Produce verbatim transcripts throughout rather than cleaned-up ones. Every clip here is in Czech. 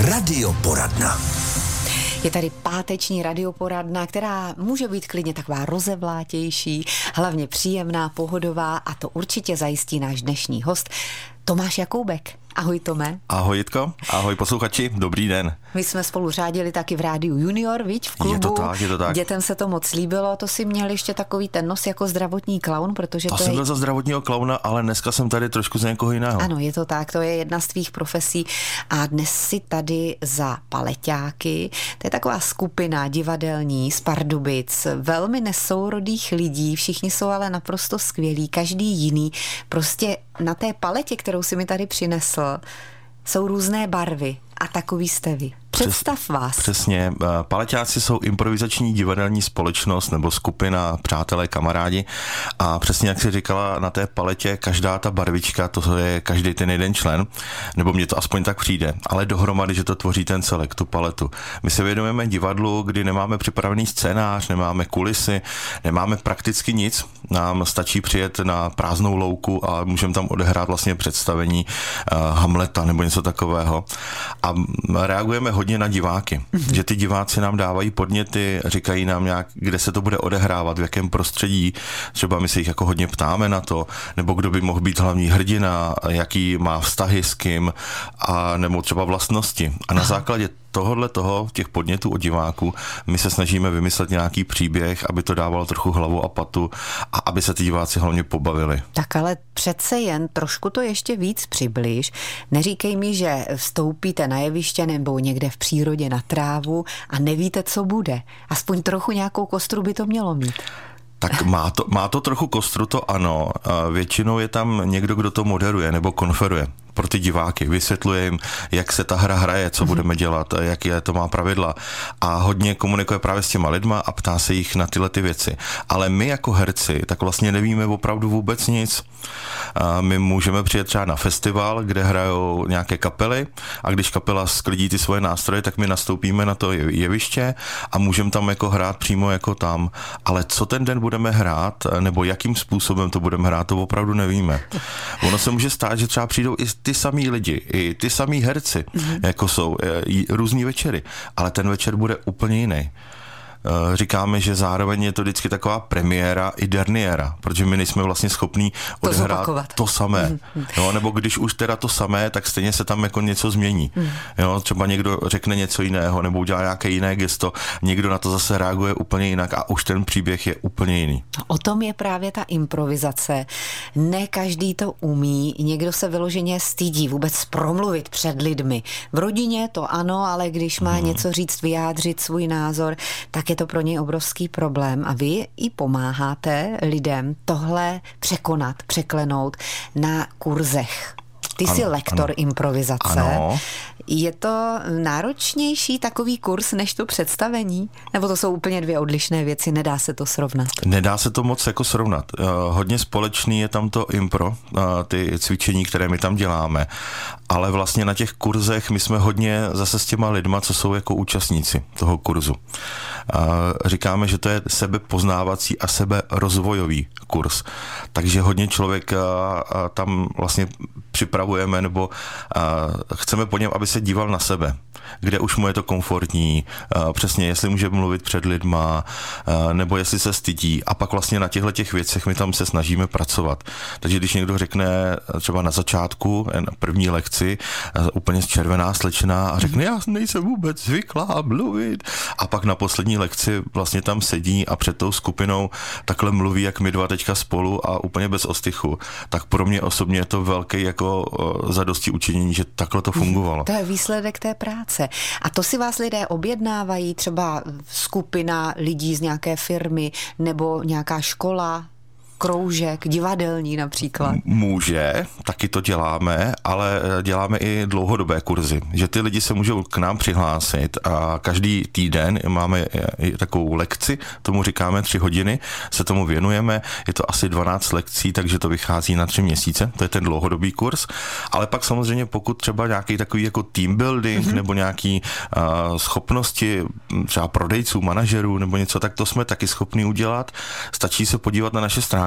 Radioporadna. Je tady páteční radioporadna, která může být klidně taková rozevlátější, hlavně příjemná, pohodová, a to určitě zajistí náš dnešní host Tomáš Jakoubek. Ahoj, Tome. Ahoj, Jitko. Ahoj, posluchači. Dobrý den. My jsme spolu řádili taky v rádiu Junior, viď, v klubu. Je to tak, je to tak. Dětem se to moc líbilo, to si měl ještě takový ten nos jako zdravotní klaun, protože to, to jsem je... byl za zdravotního klauna, ale dneska jsem tady trošku za někoho jiného. Ano, je to tak, to je jedna z tvých profesí a dnes si tady za paleťáky. To je taková skupina divadelní z Pardubic, velmi nesourodých lidí, všichni jsou ale naprosto skvělí, každý jiný. Prostě na té paletě, kterou si mi tady přinesl, jsou různé barvy a takový jste vy. Představ Přes, vás. Přesně. Paleťáci jsou improvizační divadelní společnost nebo skupina, přátelé, kamarádi, a přesně jak jsi říkala, na té paletě každá ta barvička, to je každý ten jeden člen, nebo mně to aspoň tak přijde, ale dohromady, že to tvoří ten celek, tu paletu. My se věnujeme divadlu, kdy nemáme připravený scénář, nemáme kulisy, nemáme prakticky nic, nám stačí přijet na prázdnou louku a můžeme tam odehrát vlastně představení uh, Hamleta nebo něco takového. A reagujeme hodně na diváky, mm-hmm. že ty diváci nám dávají podněty, říkají nám nějak, kde se to bude odehrávat, v jakém prostředí, třeba my se jich jako hodně ptáme na to, nebo kdo by mohl být hlavní hrdina, jaký má vztahy s kým, a nebo třeba vlastnosti. A na základě tohodle toho, těch podnětů od diváků, my se snažíme vymyslet nějaký příběh, aby to dávalo trochu hlavu a patu a aby se ty diváci hlavně pobavili. Tak ale přece jen trošku to ještě víc přibliž. Neříkej mi, že vstoupíte na jeviště nebo někde v přírodě na trávu a nevíte, co bude. Aspoň trochu nějakou kostru by to mělo mít. Tak má to, má to trochu kostru, to ano. Většinou je tam někdo, kdo to moderuje nebo konferuje pro ty diváky, vysvětluje jim, jak se ta hra hraje, co budeme dělat, jaké to má pravidla, a hodně komunikuje právě s těma lidma a ptá se jich na tyhle ty věci. Ale my jako herci tak vlastně nevíme opravdu vůbec nic. A my můžeme přijet třeba na festival, kde hrajou nějaké kapely, a když kapela sklidí ty svoje nástroje, tak my nastoupíme na to jeviště a můžeme tam jako hrát přímo jako tam. Ale co ten den budeme hrát, nebo jakým způsobem to budeme hrát, to opravdu nevíme. Ono se může stát, že třeba přijdou i ty samý lidi, i ty samý herci, mm-hmm. jako jsou různý večery, ale ten večer bude úplně jiný. Říkáme, že zároveň je to vždycky taková premiéra i derniéra, protože my nejsme vlastně schopní odehrát to, to samé. Mm. Jo, nebo když už teda to samé, tak stejně se tam jako něco změní. Mm. Jo, třeba někdo řekne něco jiného, nebo udělá nějaké jiné gesto, někdo na to zase reaguje úplně jinak a už ten příběh je úplně jiný. O tom je právě ta improvizace. Ne každý to umí, někdo se vyloženě stydí vůbec promluvit před lidmi. V rodině to ano, ale když má mm. něco říct, vyjádřit svůj názor, tak je to pro něj obrovský problém a vy i pomáháte lidem tohle překonat, překlenout na kurzech. Ty ano, jsi lektor ano. improvizace. Ano. Je to náročnější takový kurz než to představení? Nebo to jsou úplně dvě odlišné věci, nedá se to srovnat? Nedá se to moc jako srovnat. Uh, hodně společný je tam to impro, uh, ty cvičení, které my tam děláme, ale vlastně na těch kurzech my jsme hodně zase s těma lidma, co jsou jako účastníci toho kurzu. Uh, říkáme, že to je sebepoznávací a seberozvojový kurz. Takže hodně člověk uh, uh, tam vlastně připravujeme, nebo uh, chceme po něm, aby se díval na sebe, kde už mu je to komfortní, uh, přesně jestli může mluvit před lidma, uh, nebo jestli se stydí, a pak vlastně na těchto těch věcech my tam se snažíme pracovat. Takže když někdo řekne třeba na začátku, na první lekci, uh, úplně červená, slečená a řekne, já nejsem vůbec zvyklá mluvit, a pak na poslední lekci vlastně tam sedí a před tou skupinou takhle mluví, jak my dva teďka spolu a úplně bez ostychu, tak pro mě osobně je to velký jako zadosti učinění, že takhle to fungovalo. To je výsledek té práce. A to si vás lidé objednávají, třeba skupina lidí z nějaké firmy nebo nějaká škola, kroužek, divadelní například? Může, taky to děláme, ale děláme i dlouhodobé kurzy, že ty lidi se můžou k nám přihlásit a každý týden máme takovou lekci, tomu říkáme tři hodiny, se tomu věnujeme, je to asi dvanáct lekcí, takže to vychází na tři měsíce, to je ten dlouhodobý kurz, ale pak samozřejmě pokud třeba nějaký takový jako team building mm-hmm. nebo nějaký uh, schopnosti třeba prodejců, manažerů nebo něco, tak to jsme taky schopni udělat, stačí se podívat na naše stránky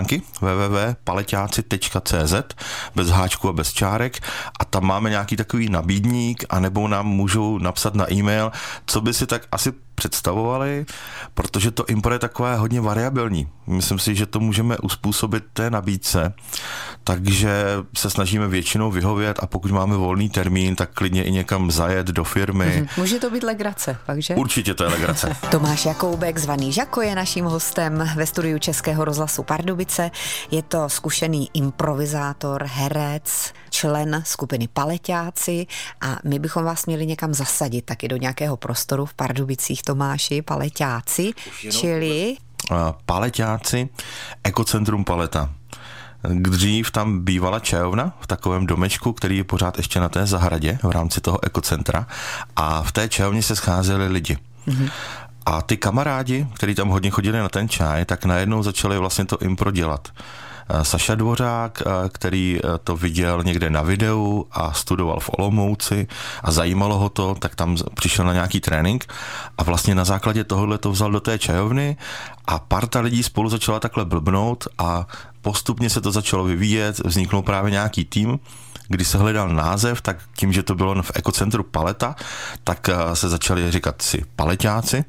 stránky w w w tečka paleťáci tečka c z bez háčku a bez čárek a tam máme nějaký takový nabídník, anebo nám můžou napsat na e-mail, co by si tak asi představovali, protože to impro je takové hodně variabilní. Myslím si, že to můžeme uspůsobit té nabídce, takže se snažíme většinou vyhovět a pokud máme volný termín, tak klidně i někam zajet do firmy. Může to být legrace, takže? Určitě to je legrace. Tomáš Jakoubek, zvaný Žako, je naším hostem ve studiu Českého rozhlasu Pardubice. Je to zkušený improvizátor, herec, člen skupiny Paleťáci a my bychom vás měli někam zasadit taky do nějakého prostoru v Pardubicích, Tomáši, Paleťáci, čili... Paleťáci, Ekocentrum Paleta. Dřív tam bývala čajovna v takovém domečku, který je pořád ještě na té zahradě v rámci toho ekocentra a v té čajovně se scházeli lidi. Mm-hmm. A ty kamarádi, kteří tam hodně chodili na ten čaj, tak najednou začali vlastně to impro dělat. Saša Dvořák, který to viděl někde na videu a studoval v Olomouci a zajímalo ho to, tak tam přišel na nějaký trénink a vlastně na základě tohohle to vzal do té čajovny a parta lidí spolu začala takhle blbnout a postupně se to začalo vyvíjet, vzniknul právě nějaký tým. Když se hledal název, tak tím, že to bylo v ekocentru Paleta, tak se začali říkat si Paleťáci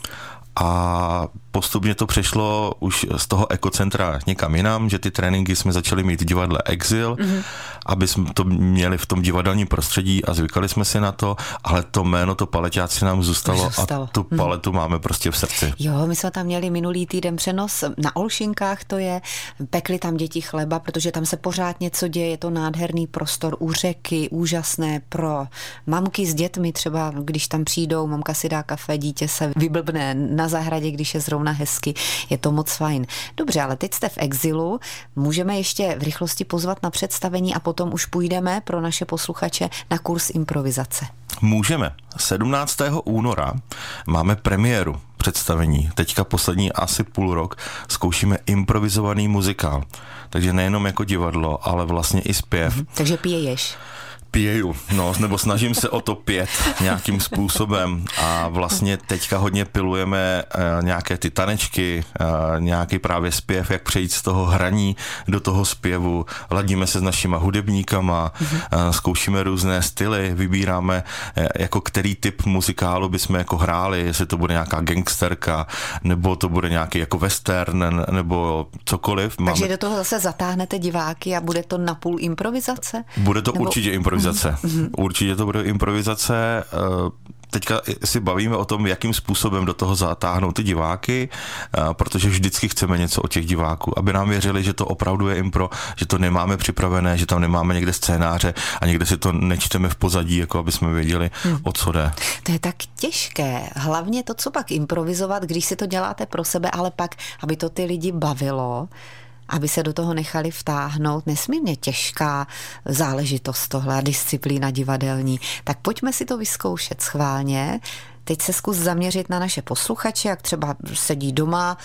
a postupně to přešlo už z toho ekocentra někam jinam, že ty tréninky jsme začali mít v divadle Exil, mm-hmm. aby jsme to měli v tom divadelním prostředí a zvykali jsme si na to, ale to jméno, to Paleťáci nám zůstalo, zůstalo. a tu paletu mm-hmm. máme prostě v srdci. Jo, my jsme tam měli minulý týden přenos na Olšinkách, to je, pekli tam děti chleba, protože tam se pořád něco děje, je to nádherný prostor u řeky, úžasné pro mamky s dětmi, třeba když tam přijdou, mamka si dá kafe, dítě se vyblbne na zahradě, když je zrovna hezky, je to moc fajn. Dobře, ale teď jste v Exilu, můžeme ještě v rychlosti pozvat na představení a potom už půjdeme pro naše posluchače na kurz improvizace. Můžeme. sedmnáctého února máme premiéru představení. Teďka poslední asi půl rok zkoušíme improvizovaný muzikál. Takže nejenom jako divadlo, ale vlastně i zpěv. Mhm. Takže piješ. Pěju, no, nebo snažím se o to pět nějakým způsobem a vlastně teďka hodně pilujeme uh, nějaké ty tanečky, uh, nějaký právě zpěv, jak přejít z toho hraní do toho zpěvu, ladíme se s našima hudebníkama, mm-hmm. uh, zkoušíme různé styly, vybíráme uh, jako který typ muzikálu bychom jako hráli, jestli to bude nějaká gangsterka, nebo to bude nějaký jako western, nebo cokoliv. Takže Máme... do toho zase zatáhnete diváky a bude to napůl improvizace? Bude to nebo... určitě improvizace. Mm-hmm. Určitě to bude improvizace. Teďka si bavíme o tom, jakým způsobem do toho zatáhnout ty diváky, protože vždycky chceme něco od těch diváků, aby nám věřili, že to opravdu je impro, že to nemáme připravené, že tam nemáme někde scénáře a někde si to nečteme v pozadí, jako aby jsme věděli, hmm. o co jde. To je tak těžké. Hlavně to, co pak improvizovat, když si to děláte pro sebe, ale pak, aby to ty lidi bavilo, aby se do toho nechali vtáhnout, nesmírně těžká záležitost tohle, disciplína divadelní. Tak pojďme si to vyzkoušet schválně. Teď se zkus zaměřit na naše posluchače, jak třeba sedí doma,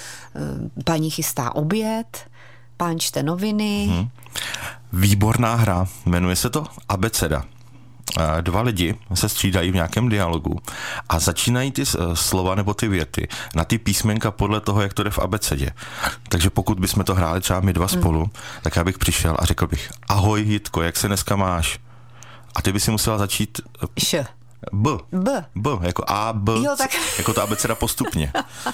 paní chystá oběd, pán čte noviny. Hmm. Výborná hra, jmenuje se to Abeceda. Dva lidi se střídají v nějakém dialogu a začínají ty slova nebo ty věty na ty písmenka podle toho, jak to jde v abecedě. Takže pokud bychom to hráli třeba my dva hmm. spolu, tak já bych přišel a řekl bych: ahoj Jitko, jak se dneska máš? A ty by si musela začít Š. B. B. B, jako A, B, jo, tak... jako ta abeceda postupně.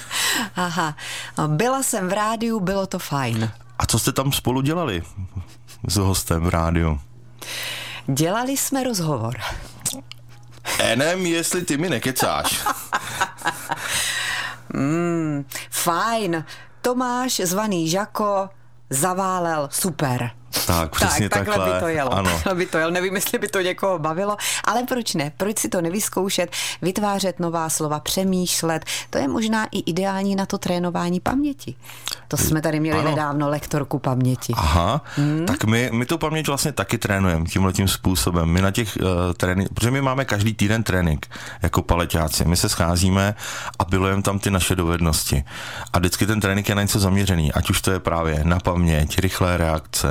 Aha, byla jsem v rádiu, bylo to fajn. A co jste tam spolu dělali s hostem v rádiu? Dělali jsme rozhovor. Enem, jestli ty mi nekecáš. mm, fajn. Tomáš, zvaný Žako, zaválel, super. Tak, přesně tak, takhle takhle. by to jelo. Ano. Takhle by to jelo. Nevím, jestli by to někoho bavilo, ale proč ne? Proč si to nevyzkoušet, vytvářet nová slova, přemýšlet? To je možná i ideální na to trénování paměti. To jsme tady měli ano. nedávno lektorku paměti. Aha, hmm. tak my, my tu paměť vlastně taky trénujeme tímhletím způsobem. My na těch uh, trénink, protože my máme každý týden trénink jako paleťáci. My se scházíme a pilujeme tam ty naše dovednosti. A vždycky ten trénink je na něco zaměřený, ať už to je právě na paměť, rychlé reakce,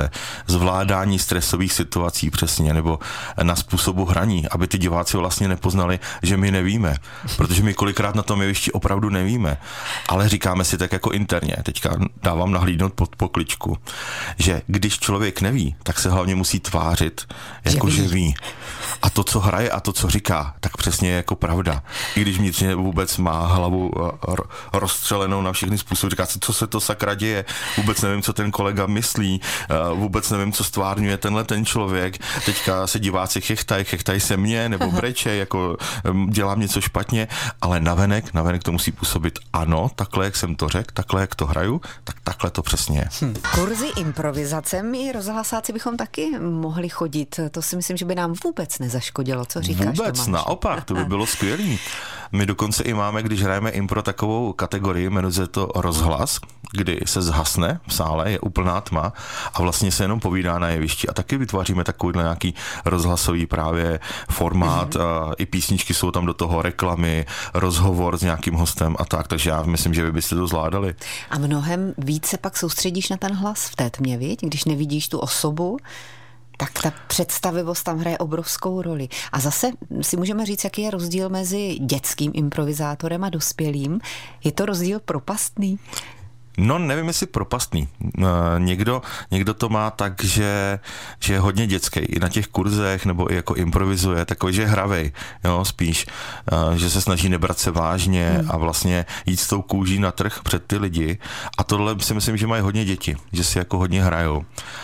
zvládání stresových situací přesně, nebo na způsobu hraní, aby ty diváci vlastně nepoznali, že my nevíme, protože my kolikrát na tom jevišti opravdu nevíme, ale říkáme si tak jako interně, teďka dávám nahlídnout pod pokličku, že když člověk neví, tak se hlavně musí tvářit, jako že ví. Že ví. A to, co hraje a to, co říká, tak přesně je jako pravda. I když vnitřně vůbec má hlavu rozstřelenou na všechny způsoby, říká si, co se to sakra děje, vůbec nevím, co ten kolega myslí, vůbec nevím, co stvárňuje tenhle ten člověk, teďka se diváci chechtají, chechtají se mě, nebo breče, jako dělám něco špatně, ale navenek, navenek to musí působit ano, takhle, jak jsem to řekl, takhle, jak to hraju, tak takhle to přesně je. Hm. Kurzy improvizace, my rozhlasáci bychom taky mohli chodit, to si myslím, že by nám vůbec nezaškodilo, co říkáš, Vůbec, Tomáš? Naopak, to by bylo skvělý. My dokonce i máme, když hrajeme impro, takovou kategorii, jmenuje se to rozhlas, kdy se zhasne v sále, je úplná tma a vlastně se jenom povídá na jevišti a taky vytváříme takovýhle nějaký rozhlasový právě formát, mm-hmm. a i písničky jsou tam do toho, reklamy, rozhovor s nějakým hostem a tak, takže já myslím, že vy byste to zvládali. A mnohem víc se pak soustředíš na ten hlas v té tmě, viď? Když nevidíš tu osobu, tak ta představivost tam hraje obrovskou roli. A zase si můžeme říct, jaký je rozdíl mezi dětským improvizátorem a dospělým. Je to rozdíl propastný? No, nevím, jestli propastný. Někdo, někdo to má tak, že, že je hodně dětský i na těch kurzech, nebo i jako improvizuje, takový, že je hravej, jo, spíš, že se snaží nebrat se vážně hmm. a vlastně jít s tou kůží na trh před ty lidi. A tohle si myslím, že mají hodně děti, že si jako hodně hrajou.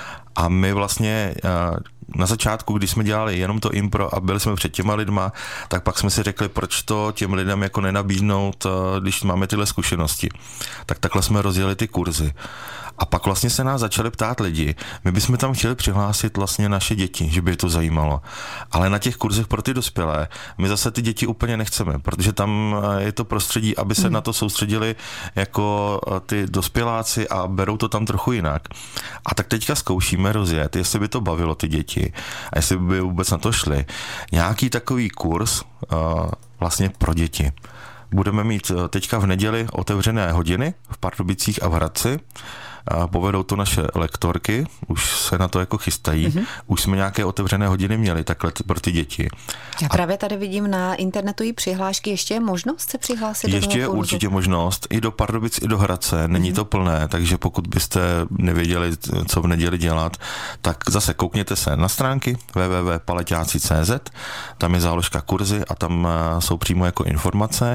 A my vlastně na začátku, když jsme dělali jenom to impro a byli jsme před těma lidma, tak pak jsme si řekli, proč to těm lidem jako nenabídnout, když máme tyhle zkušenosti. Tak takhle jsme rozjeli ty kurzy. A pak vlastně se nás začali ptát lidi, my bychom tam chtěli přihlásit vlastně naše děti, že by je to zajímalo. Ale na těch kurzech pro ty dospělé my zase ty děti úplně nechceme, protože tam je to prostředí, aby se hmm. na to soustředili jako ty dospěláci a berou to tam trochu jinak. A tak teďka zkoušíme rozjet, jestli by to bavilo ty děti a jestli by vůbec na to šli. Nějaký takový kurz uh, vlastně pro děti. Budeme mít teďka v neděli otevřené hodiny v Pardubicích a v Hradci. A povedou to naše lektorky, už se na to jako chystají. Mm-hmm. Už jsme nějaké otevřené hodiny měli takhle pro ty děti. Já právě tady vidím na internetu i přihlášky. Ještě je možnost se přihlásit do toho kurzu? Ještě je určitě možnost. I do Pardubic, i do Hradce. Není mm-hmm. to plné, takže pokud byste nevěděli, co v neděli dělat, tak zase koukněte se na stránky w w w tečka paleťáci tečka c z. Tam je záložka kurzy a tam jsou přímo jako informace.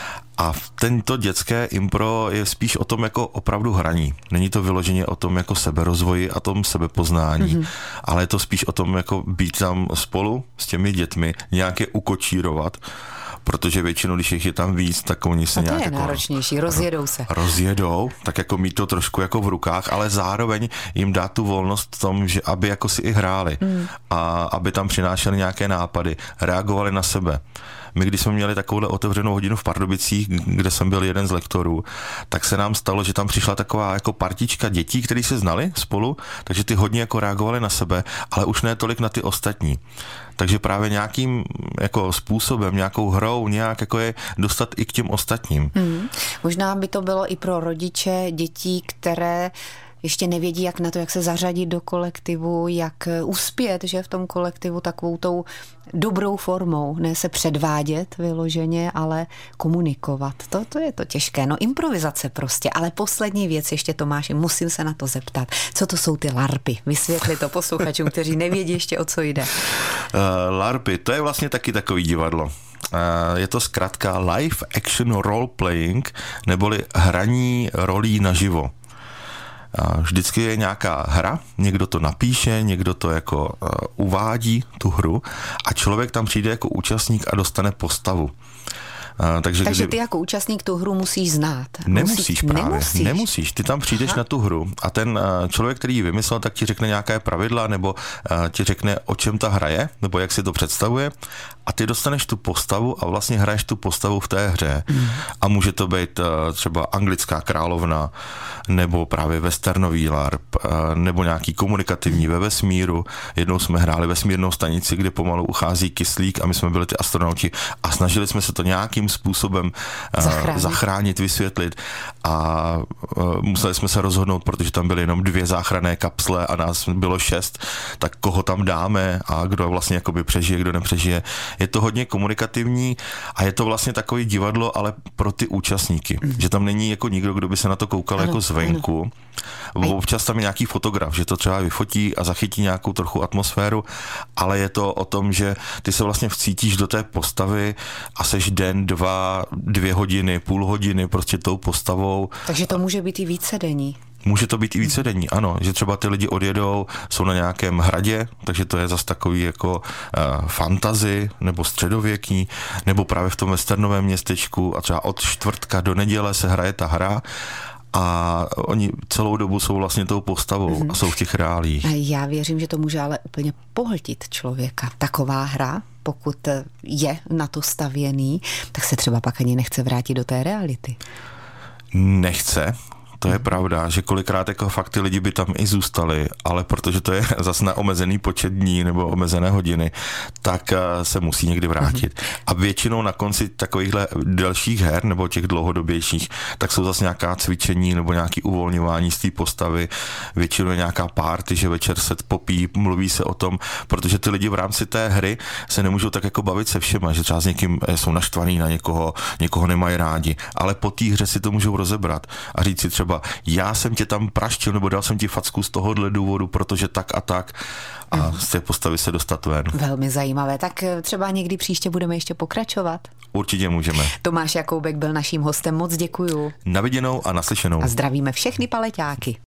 A tento dětské impro je spíš o tom jako opravdu hraní. Není to vyloženě o tom jako seberozvoji a tom sebepoznání, mm-hmm. ale je to spíš o tom jako být tam spolu s těmi dětmi, nějak je ukočírovat, protože většinou, když jich je tam víc, tak oni se a to nějak je jako náročnější, rozjedou se. Rozjedou, tak jako mít to trošku jako v rukách, ale zároveň jim dát tu volnost v tom, že aby jako si i hráli mm. a aby tam přinášeli nějaké nápady, reagovali na sebe. My, když jsme měli takovouhle otevřenou hodinu v Pardubicích, kde jsem byl jeden z lektorů, tak se nám stalo, že tam přišla taková jako partička dětí, kteří se znali spolu, takže ty hodně jako reagovali na sebe, ale už ne tolik na ty ostatní. Takže právě nějakým jako způsobem, nějakou hrou, nějak jako je dostat i k těm ostatním. Hmm. Možná by to bylo i pro rodiče dětí, které ještě nevědí, jak na to, jak se zařadit do kolektivu, jak uspět, že v tom kolektivu takovou tou dobrou formou, ne se předvádět vyloženě, ale komunikovat. To, to je to těžké. No improvizace prostě. Ale poslední věc ještě, Tomáši, musím se na to zeptat. Co to jsou ty larpy? Vysvětli to posluchačům, kteří nevědí ještě, o co jde. Uh, larpy, to je vlastně taky takový divadlo. Uh, je to zkrátka live action role playing, neboli hraní rolí naživo. Vždycky je nějaká hra, někdo to napíše, někdo to jako uh, uvádí, tu hru, a člověk tam přijde jako účastník a dostane postavu. Uh, takže takže kdy... ty jako účastník tu hru musíš znát. Nemusíš musíš, právě, nemusíš. nemusíš. Ty tam přijdeš Aha. na tu hru a ten uh, člověk, který ji vymyslel, tak ti řekne nějaké pravidla, nebo uh, ti řekne, o čem ta hra je, nebo jak si to představuje, a ty dostaneš tu postavu a vlastně hraješ tu postavu v té hře. Mm. A může to být uh, třeba anglická královna, nebo právě westernový larp, uh, nebo nějaký komunikativní ve vesmíru. Jednou jsme hráli vesmírnou stanici, kde pomalu uchází kyslík a my jsme byli ty astronauti a snažili jsme se to nějakým nějakým způsobem zachránit, zachránit vysvětlit a museli jsme se rozhodnout, protože tam byly jenom dvě záchranné kapsle a nás bylo šest, tak koho tam dáme a kdo vlastně jakoby přežije, kdo nepřežije. Je to hodně komunikativní a je to vlastně takový divadlo, ale pro ty účastníky, mm. že tam není jako nikdo, kdo by se na to koukal ano, jako zvenku. Ano. Občas tam je nějaký fotograf, že to třeba vyfotí a zachytí nějakou trochu atmosféru, ale je to o tom, že ty se vlastně vcítíš do té postavy a seš den, dva, dvě hodiny, půl hodiny prostě tou postavou. Takže to může být i vícedenní. Může to být i vícedenní, ano, že třeba ty lidi odjedou, jsou na nějakém hradě, takže to je zase takový jako uh, fantasy nebo středověký, nebo právě v tom westernovém městečku a třeba od čtvrtka do neděle se hraje ta hra a oni celou dobu jsou vlastně tou postavou mm-hmm. a jsou v těch reálích. Já věřím, že to může ale úplně pohltit člověka. Taková hra, pokud je na to stavěný, tak se třeba pak ani nechce vrátit do té reality. Nechce. To je pravda, že kolikrát jako fakt ty lidi by tam i zůstali, ale protože to je zase na omezený počet dní nebo omezené hodiny, tak se musí někdy vrátit. Mm-hmm. A většinou na konci takovýchhle delších her nebo těch dlouhodobějších, tak jsou zase nějaká cvičení nebo nějaký uvolňování z té postavy, většinou je nějaká party, že večer se popí, mluví se o tom, protože ty lidi v rámci té hry se nemůžou tak jako bavit se všema, že třeba s někým jsou naštvaný na někoho, někoho nemají rádi, ale po té hře si to můžou rozebrat a říct si třeba já jsem tě tam praštil, nebo dal jsem ti facku z tohohle důvodu, protože tak a tak a mm. z té postavy se dostat ven. Velmi zajímavé. Tak třeba někdy příště budeme ještě pokračovat? Určitě můžeme. Tomáš Jakoubek byl naším hostem, moc děkuju. Na viděnou a naslyšenou. A zdravíme všechny paleťáky.